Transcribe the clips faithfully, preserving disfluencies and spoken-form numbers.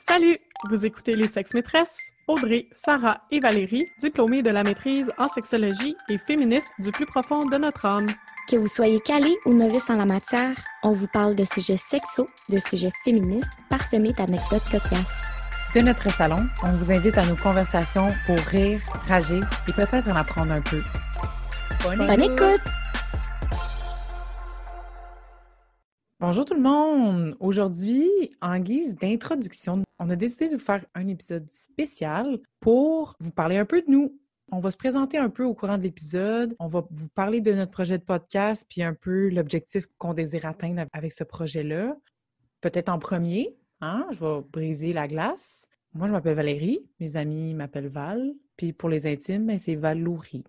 Salut! Vous écoutez Les Sex-Maîtresses, Audrey, Sarah et Valérie, diplômées de la maîtrise en sexologie et féministes du plus profond de notre âme. Que vous soyez calé ou novice en la matière, on vous parle de sujets sexos, de sujets féministes, parsemés d'anecdotes cocasses. De notre salon, on vous invite à nos conversations pour rire, rager et peut-être en apprendre un peu. Bonne, Bonne écoute! Bonjour tout le monde! Aujourd'hui, en guise d'introduction, on a décidé de vous faire un épisode spécial pour vous parler un peu de nous. On va se présenter un peu au courant de l'épisode, on va vous parler de notre projet de podcast puis un peu l'objectif qu'on désire atteindre avec ce projet-là. Peut-être en premier, hein? Je vais briser la glace. Moi, je m'appelle Valérie, mes amis m'appellent Val, puis pour les intimes, ben, c'est Valourie.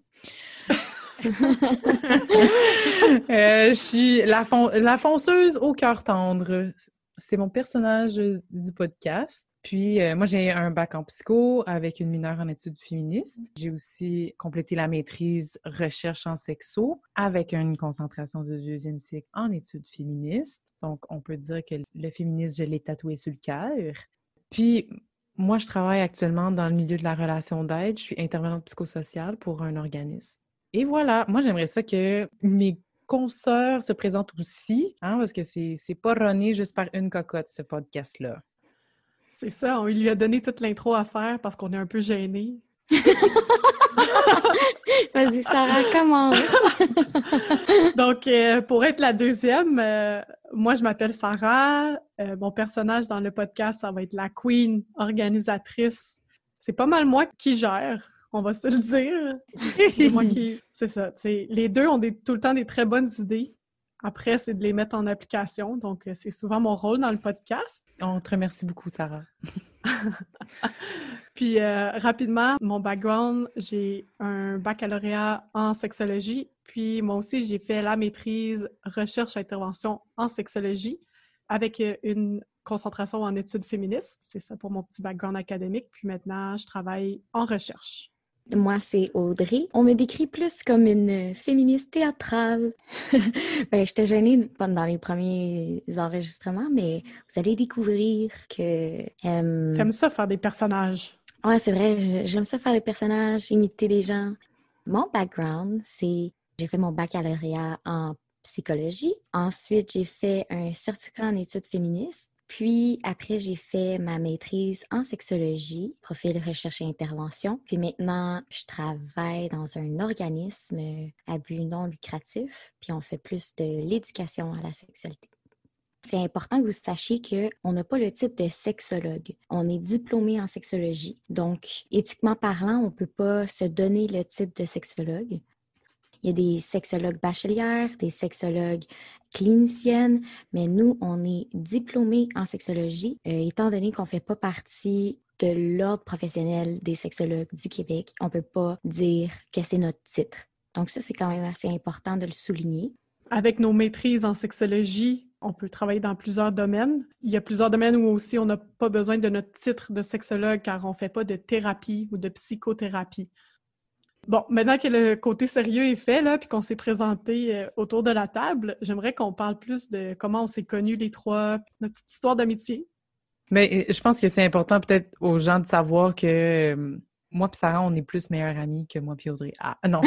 euh, je suis la, fon- la fonceuse au cœur tendre. C'est mon personnage du podcast. Puis, euh, moi, j'ai un bac en psycho avec une mineure en études féministes. J'ai aussi complété la maîtrise recherche en sexo avec une concentration de deuxième cycle en études féministes. Donc, on peut dire que le féminisme, je l'ai tatoué sur le cœur. Puis, moi, je travaille actuellement dans le milieu de la relation d'aide. Je suis intervenante psychosociale pour un organisme. Et voilà, moi, j'aimerais ça que mes consoeurs se présentent aussi, hein, parce que c'est, c'est pas runné juste par une cocotte, ce podcast-là. C'est ça, on lui a donné toute l'intro à faire parce qu'on est un peu gênés. Vas-y, Sarah, commence! Donc, euh, pour être la deuxième, euh, moi, je m'appelle Sarah. Euh, mon personnage dans le podcast, ça va être la queen organisatrice. C'est pas mal moi qui gère. On va se le dire. C'est moi qui... C'est ça. T'sais, les deux ont des, tout le temps des très bonnes idées. Après, c'est de les mettre en application. Donc, c'est souvent mon rôle dans le podcast. On te remercie beaucoup, Sarah. Puis, euh, rapidement, mon background, j'ai un baccalauréat en sexologie. Puis, moi aussi, j'ai fait la maîtrise recherche-intervention en sexologie avec une concentration en études féministes. C'est ça pour mon petit background académique. Puis maintenant, je travaille en recherche. Moi, c'est Audrey. On me décrit plus comme une féministe théâtrale. ben, j'étais gênée pendant les premiers enregistrements, mais vous allez découvrir que... Euh... J'aime ça faire des personnages. Ouais, c'est vrai. J'aime ça faire des personnages, imiter des gens. Mon background, c'est... J'ai fait mon baccalauréat en psychologie. Ensuite, j'ai fait un certificat en études féministes. Puis après, j'ai fait ma maîtrise en sexologie, profil recherche et intervention. Puis maintenant, je travaille dans un organisme à but non lucratif. Puis on fait plus de l'éducation à la sexualité. C'est important que vous sachiez qu'on n'a pas le titre de sexologue. On est diplômé en sexologie. Donc, éthiquement parlant, on ne peut pas se donner le titre de sexologue. Il y a des sexologues bachelières, des sexologues cliniciennes, mais nous, on est diplômés en sexologie, euh, étant donné qu'on ne fait pas partie de l'ordre professionnel des sexologues du Québec. On ne peut pas dire que c'est notre titre. Donc ça, c'est quand même assez important de le souligner. Avec nos maîtrises en sexologie, on peut travailler dans plusieurs domaines. Il y a plusieurs domaines où aussi on n'a pas besoin de notre titre de sexologue car on ne fait pas de thérapie ou de psychothérapie. Bon, maintenant que le côté sérieux est fait, là, puis qu'on s'est présenté euh, autour de la table, j'aimerais qu'on parle plus de comment on s'est connus les trois, notre petite histoire d'amitié. Mais je pense que c'est important peut-être aux gens de savoir que euh, moi et Sarah, on est plus meilleures amies que moi et Audrey. Ah, non!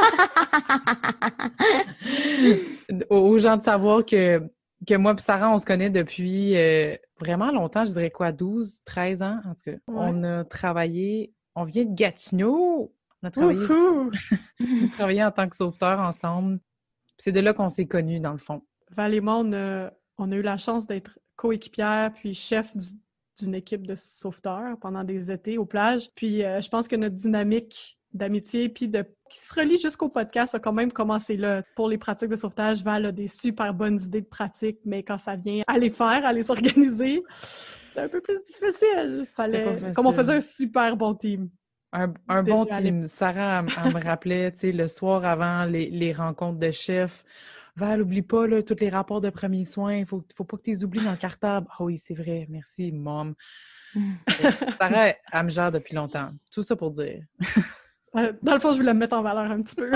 Aux gens de savoir que, que moi et Sarah, on se connaît depuis euh, vraiment longtemps, je dirais quoi, douze, treize ans, en tout cas. Ouais. On a travaillé, on vient de Gatineau! On a travaillé, on a travaillé en tant que sauveteur ensemble. C'est de là qu'on s'est connus, dans le fond. Val et moi, on a, on a eu la chance d'être coéquipières puis chef du, d'une équipe de sauveteurs pendant des étés aux plages. Puis euh, je pense que notre dynamique d'amitié puis de qui se relie jusqu'au podcast a quand même commencé là. Pour les pratiques de sauvetage, Val a des super bonnes idées de pratiques, mais quand ça vient à les faire, à les organiser, c'était un peu plus difficile. Fallait, comme on faisait un super bon team. Un, un bon team. Sarah, elle, elle me rappelait, tu sais, le soir avant les, les rencontres de chefs, Val, oublie pas, là, tous les rapports de premiers soins, il faut, faut pas que tu les oublies dans le cartable. Ah oui, c'est vrai, merci, mom. Sarah, elle me gère depuis longtemps. Tout ça pour dire. Euh, dans le fond, je voulais me mettre en valeur un petit peu.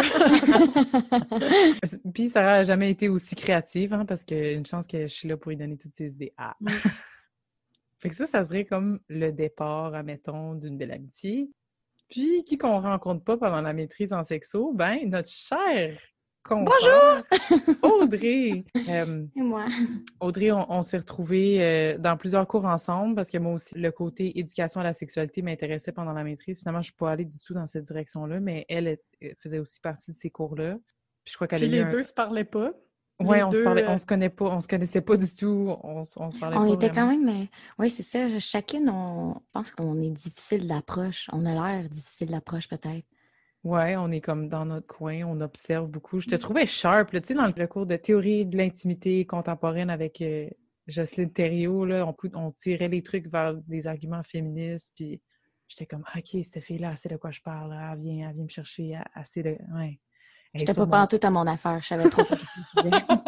Puis Sarah n'a jamais été aussi créative, hein, parce qu'une chance que je suis là pour lui donner toutes ses idées. Ah. Fait que ça, ça serait comme le départ, admettons, d'une belle amitié. Puis, qui qu'on rencontre pas pendant la maîtrise en sexo, ben, notre chère consoeur, Audrey! Euh, Et moi? Audrey, on, on s'est retrouvés euh, dans plusieurs cours ensemble parce que moi aussi, le côté éducation à la sexualité m'intéressait pendant la maîtrise. Finalement, je suis pas allée du tout dans cette direction-là, mais elle, elle, elle faisait aussi partie de ces cours-là. Puis je crois qu'elle Puis a eu les un... deux se parlaient pas. Ouais, Les on se deux, parlait, euh, on se connaît pas, on se connaissait pas du tout, on, se- on se parlait On pas était quand vraiment. même... euh, Oui, c'est ça. Chacune, on je pense qu'on est difficile d'approche. On a l'air difficile d'approche, peut-être. Ouais, on est comme dans notre coin, on observe beaucoup. Je te trouvais sharp, là, tu sais, dans le cours de théorie de l'intimité contemporaine avec euh, Jocelyne Thériault, là, on, on tirait les trucs vers des arguments féministes, puis j'étais comme, OK, cette fille-là, elle sait de quoi je parle, elle vient, elle vient me chercher, elle, elle sait de... Ouais. Elle est J'étais sur pas mon... pantoute à mon affaire. Je savais trop pas ce que je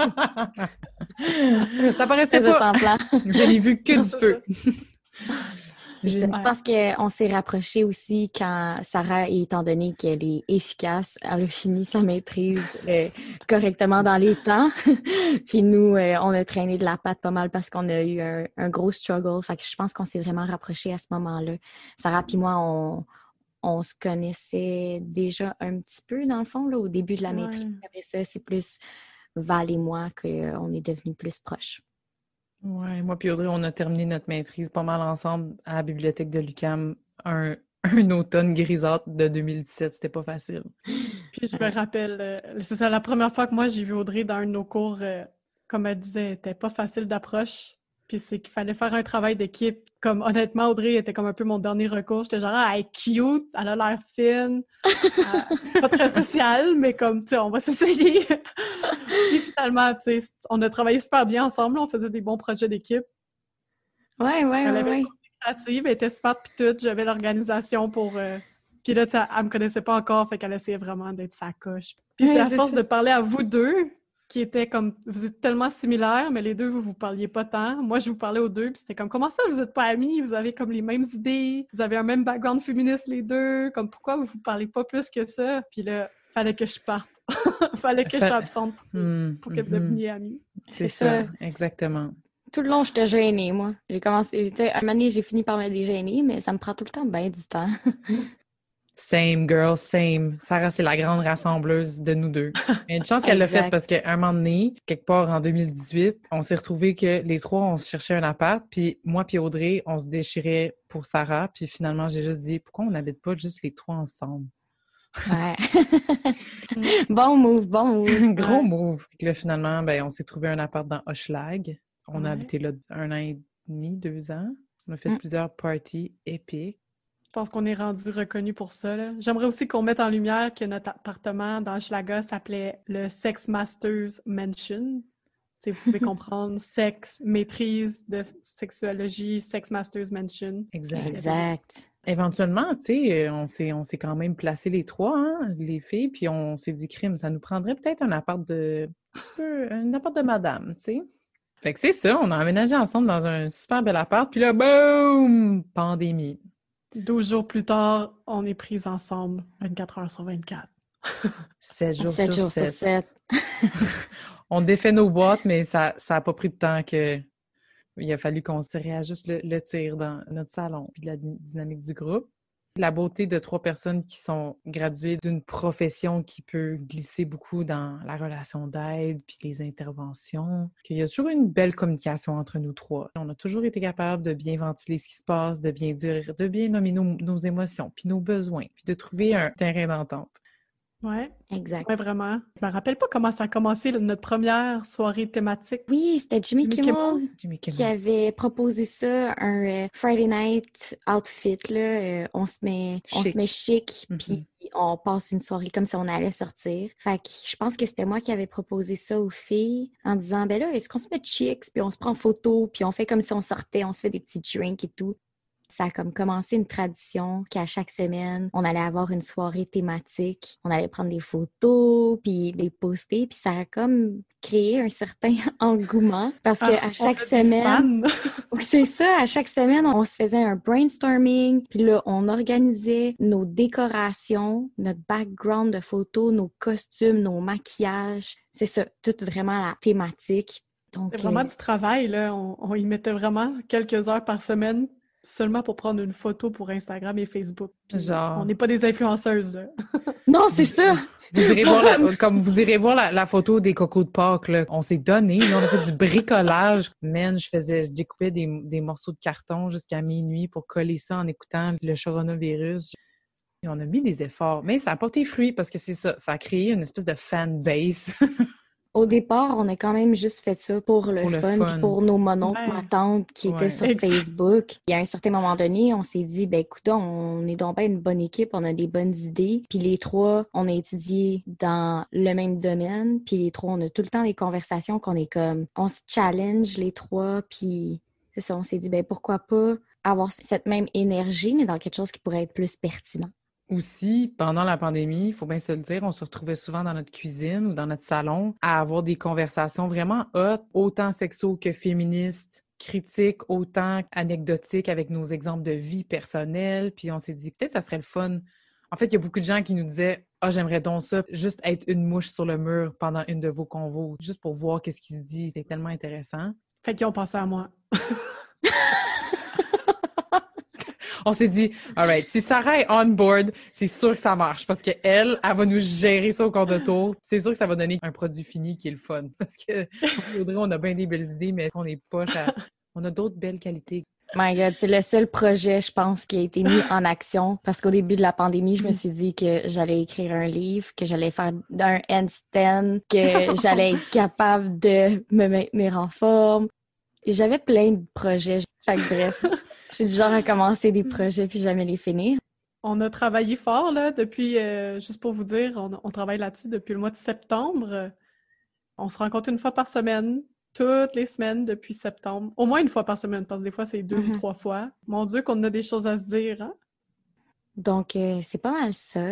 disais. Ça paraissait Je faisais pas! semblant. Je n'ai vu que Non, du c'est feu! C'est J'ai- ça. Ouais. Je pense qu'on s'est rapprochés aussi quand Sarah, étant donné qu'elle est efficace, elle a fini sa maîtrise euh, correctement dans les temps. Puis nous, euh, on a traîné de la patte pas mal parce qu'on a eu un, un gros struggle. Fait que je pense qu'on s'est vraiment rapprochés à ce moment-là. Sarah puis moi, on, on se connaissait déjà un petit peu, dans le fond, là, au début de la Ouais. maîtrise. Après ça, c'est plus Val et moi qu'on est devenus plus proches. Ouais, moi puis Audrey, on a terminé notre maîtrise pas mal ensemble à la bibliothèque de l'U Q A M un, un automne grisâtre de deux mille dix-sept. C'était pas facile. Puis je me Ouais. rappelle, euh, c'est ça, la première fois que moi j'ai vu Audrey dans un de nos cours, euh, comme elle disait, elle était pas facile d'approche. Puis c'est qu'il fallait faire un travail d'équipe. Comme honnêtement, Audrey était comme un peu mon dernier recours. J'étais genre, ah, elle est cute, elle a l'air fine, elle- pas très sociale, mais comme, tu sais, on va s'essayer. Puis finalement, tu sais, on a travaillé super bien ensemble, on faisait des bons projets d'équipe. Ouais, ouais, Elle ouais, avait ouais. le côté créative, elle était smart puis tout, j'avais l'organisation pour... euh, Puis là, tu sais, elle me connaissait pas encore, fait qu'elle essayait vraiment d'être sa coche. Puis c'est Ouais, à c'est force ça. de parler à vous deux, qui étaient comme... Vous êtes tellement similaires, mais les deux, vous vous parliez pas tant. Moi, je vous parlais aux deux, puis c'était comme, comment ça, vous êtes pas amis? Vous avez comme les mêmes idées, vous avez un même background féministe, les deux. Comme, pourquoi vous vous parlez pas plus que ça? Puis là, fallait que je parte. Fallait que je Fa- sois absente pour, Hmm, pour que vous mhm. deveniez amis. C'est C'est ça, ça. exactement. Tout le long, j'étais gênée, moi. J'ai commencé, tu sais, un moment donné, j'ai fini par me dégêner, mais ça me prend tout le temps bien du temps. Same girl, same. Sarah, c'est la grande rassembleuse de nous deux. Il y a une chance qu'elle l'a fait Exact. parce qu'à un moment donné, quelque part en deux mille dix-huit, on s'est retrouvés que les trois, on se cherchait un appart, puis moi puis Audrey, on se déchirait pour Sarah, puis finalement, j'ai juste dit, pourquoi on n'habite pas juste les trois ensemble? Ouais. Bon move, bon move. Gros Ouais. move. Puis là, finalement, ben, on s'est trouvé un appart dans Hochelag. On a Ouais. habité là un an et demi, deux ans. On a fait Mm. plusieurs parties épiques. Je pense qu'on est rendu reconnu pour ça, là. J'aimerais aussi qu'on mette en lumière que notre appartement dans Hochelaga s'appelait le Sex Masters Mansion. Tu sais, vous pouvez comprendre, sexe, maîtrise de sexuologie, Sex Masters Mansion. Exact. Exact. Éventuellement, tu sais, on s'est, on s'est quand même placé les trois, hein, les filles, puis on s'est dit, crime, ça nous prendrait peut-être un appart de, un petit peu, un appart de madame, tu sais. Fait que c'est ça, on a emménagé ensemble dans un super bel appart, puis là, boum, pandémie. douze jours plus tard, on est pris ensemble vingt-quatre heures sur vingt-quatre. Sept jours Sept sur jours sur sept. sept. On défait nos boîtes, mais ça, ça a pas pris de temps que il a fallu qu'on se réajuste le, le tir dans notre salon, puis de la dy- dynamique du groupe. La beauté de trois personnes qui sont graduées d'une profession qui peut glisser beaucoup dans la relation d'aide puis les interventions, qu'il y a toujours une belle communication entre nous trois. On a toujours été capable de bien ventiler ce qui se passe, de bien dire, de bien nommer nos, nos émotions puis nos besoins, puis de trouver un terrain d'entente. Ouais, Exact. ouais, vraiment. Je me rappelle pas comment ça a commencé, là, notre première soirée thématique. Oui, c'était Jimmy, Jimmy Kimmel, Kimmel. Jimmy qui Kimmel. avait proposé ça, un euh, Friday night outfit, là. Euh, on se met, on Chic. se met chic, Mhm. puis on passe une soirée comme si on allait sortir. Fait que je pense que c'était moi qui avais proposé ça aux filles en disant, ben là, est-ce qu'on se met chics, puis on se prend en photo, puis on fait comme si on sortait, on se fait des petits drinks et tout. Ça a comme commencé une tradition qu'à chaque semaine, on allait avoir une soirée thématique. On allait prendre des photos, puis les poster, puis ça a comme créé un certain engouement parce que Ah, à on chaque a des semaine, fans. c'est ça, à chaque semaine, on se faisait un brainstorming, puis là, on organisait nos décorations, notre background de photos, nos costumes, nos maquillages. C'est ça, tout vraiment la thématique. Donc, C'est vraiment euh, du travail, là. On, on y mettait vraiment quelques heures par semaine seulement pour prendre une photo pour Instagram et Facebook. Puis Genre... on n'est pas des influenceuses, là. Non, c'est Vous, ça! vous irez voir la, comme vous irez voir la, la photo des cocos de Pâques, là. On s'est donné, là, on a fait du bricolage. Man, je faisais, je découpais des, des morceaux de carton jusqu'à minuit pour coller ça en écoutant le coronavirus. Et on a mis des efforts, mais ça a porté fruit parce que c'est ça, ça a créé une espèce de fanbase. Au départ, on a quand même juste fait ça pour le Pour le fun, fun. puis pour nos mononcles, Ouais. ma tante qui Ouais. était sur Exact. Facebook. Et à un certain moment donné, on s'est dit, ben écoute, on est donc bien une bonne équipe, on a des bonnes idées. Puis les trois, on a étudié dans le même domaine. Puis les trois, on a tout le temps des conversations qu'on est comme, on se challenge les trois. Puis c'est ça, on s'est dit, ben pourquoi pas avoir cette même énergie, mais dans quelque chose qui pourrait être plus pertinent. Aussi, pendant la pandémie, il faut bien se le dire, on se retrouvait souvent dans notre cuisine ou dans notre salon à avoir des conversations vraiment hot, autant sexo que féministes, critiques, autant anecdotiques avec nos exemples de vie personnelle. Puis on s'est dit, peut-être ça serait le fun. En fait, il y a beaucoup de gens qui nous disaient « Ah, j'aimerais donc ça, juste être une mouche sur le mur pendant une de vos convos, juste pour voir qu'est-ce qui se dit. C'est tellement intéressant. » Fait qu'ils ont pensé à moi. On s'est dit, all right, si Sarah est on board, c'est sûr que ça marche parce qu'elle, elle va nous gérer ça au cours de tour. C'est sûr que ça va donner un produit fini qui est le fun. Parce que, Audrey, on a bien des belles idées, mais on est poche à... On a d'autres belles qualités. My God, c'est le seul projet, je pense, qui a été mis en action parce qu'au début de la pandémie, je me suis dit que j'allais écrire un livre, que j'allais faire un handstand, que j'allais être capable de me maintenir en forme. Et j'avais plein de projets. Fait que bref, je suis du genre à commencer des projets puis jamais les finir. On a travaillé fort, là, depuis, euh, juste pour vous dire, on, on travaille là-dessus depuis le mois de septembre. On se rencontre une fois par semaine, toutes les semaines depuis septembre. Au moins une fois par semaine, parce que des fois, c'est deux Mm-hmm. ou trois fois. Mon Dieu, qu'on a des choses à se dire, hein? Donc, euh, c'est pas mal ça.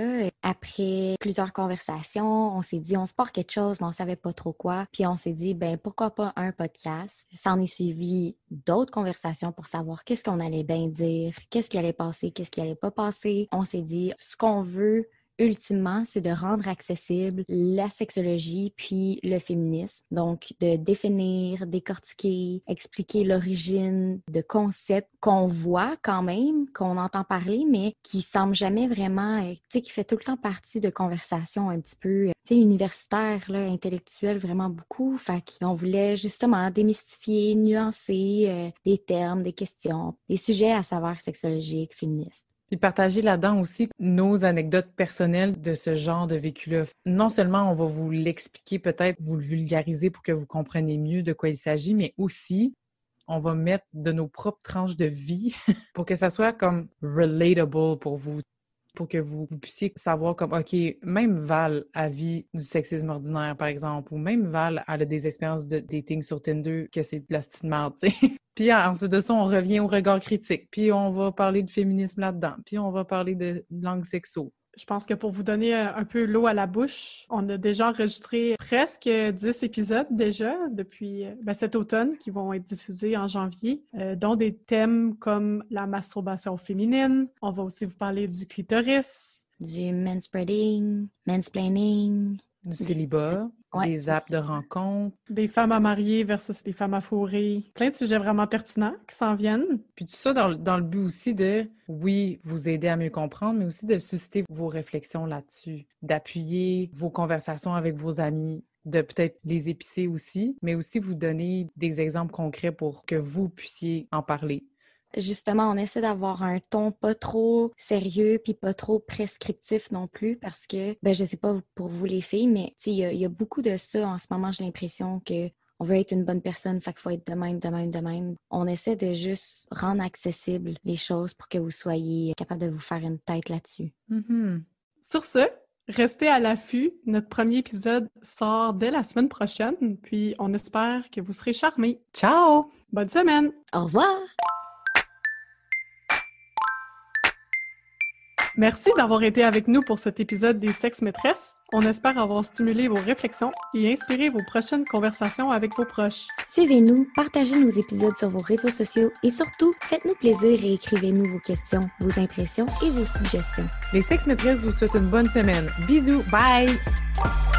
Après plusieurs conversations, on s'est dit, on se part quelque chose, mais on savait pas trop quoi. Puis on s'est dit, ben pourquoi pas un podcast? Ça en est suivi d'autres conversations pour savoir qu'est-ce qu'on allait bien dire, qu'est-ce qui allait passer, qu'est-ce qui allait pas passer. On s'est dit, ce qu'on veut, ultimement, c'est de rendre accessible la sexologie puis le féminisme. Donc, de définir, décortiquer, expliquer l'origine de concepts qu'on voit quand même, qu'on entend parler, mais qui semblent jamais vraiment, euh, tu sais, qui fait tout le temps partie de conversations un petit peu, euh, tu sais, universitaires, là, intellectuelles, vraiment beaucoup. Fait qu'on voulait justement démystifier, nuancer euh, des termes, des questions, des sujets à savoir sexologiques, féministes. Puis partager là-dedans aussi nos anecdotes personnelles de ce genre de vécu-là. Non seulement on va vous l'expliquer, peut-être vous le vulgariser pour que vous compreniez mieux de quoi il s'agit, mais aussi on va mettre de nos propres tranches de vie pour que ça soit comme relatable pour vous, pour que vous, vous puissiez savoir comme, OK, même Val a vit du sexisme ordinaire, par exemple, ou même Val elle a des expériences de dating sur Tinder que c'est de la petite merde, tu sais. Puis ensuite de ça, on revient au regard critique. Puis on va parler de féminisme là-dedans. Puis on va parler de langue sexo. Je pense que pour vous donner un peu l'eau à la bouche, on a déjà enregistré presque dix épisodes déjà depuis ben, cet automne qui vont être diffusés en janvier, euh, dont des thèmes comme la masturbation féminine. On va aussi vous parler du clitoris. Du manspreading, mansplaining. Du célibat, Ouais, des apps de rencontres. Des femmes à marier versus des femmes à fourrer. Plein de sujets vraiment pertinents qui s'en viennent. Puis tout ça dans, le- dans le but aussi de, oui, vous aider à mieux comprendre, mais aussi de susciter vos réflexions là-dessus, d'appuyer vos conversations avec vos amis, de peut-être les épicer aussi, mais aussi vous donner des exemples concrets pour que vous puissiez en parler. Justement, on essaie d'avoir un ton pas trop sérieux puis pas trop prescriptif non plus parce que, ben je sais pas pour vous les filles, mais il y, y a beaucoup de ça en ce moment, j'ai l'impression que on veut être une bonne personne, fait qu'il faut être de même, de même, de même. On essaie de juste rendre accessibles les choses pour que vous soyez capable de vous faire une tête là-dessus. Mm-hmm. Sur ce, restez à l'affût. Notre premier épisode sort dès la semaine prochaine, puis on espère que vous serez charmés. Ciao! Bonne semaine! Au revoir! Merci d'avoir été avec nous pour cet épisode des Sexes Maîtresses. On espère avoir stimulé vos réflexions et inspiré vos prochaines conversations avec vos proches. Suivez-nous, partagez nos épisodes sur vos réseaux sociaux et surtout, faites-nous plaisir et écrivez-nous vos questions, vos impressions et vos suggestions. Les Sexes Maîtresses vous souhaitent une bonne semaine. Bisous! Bye!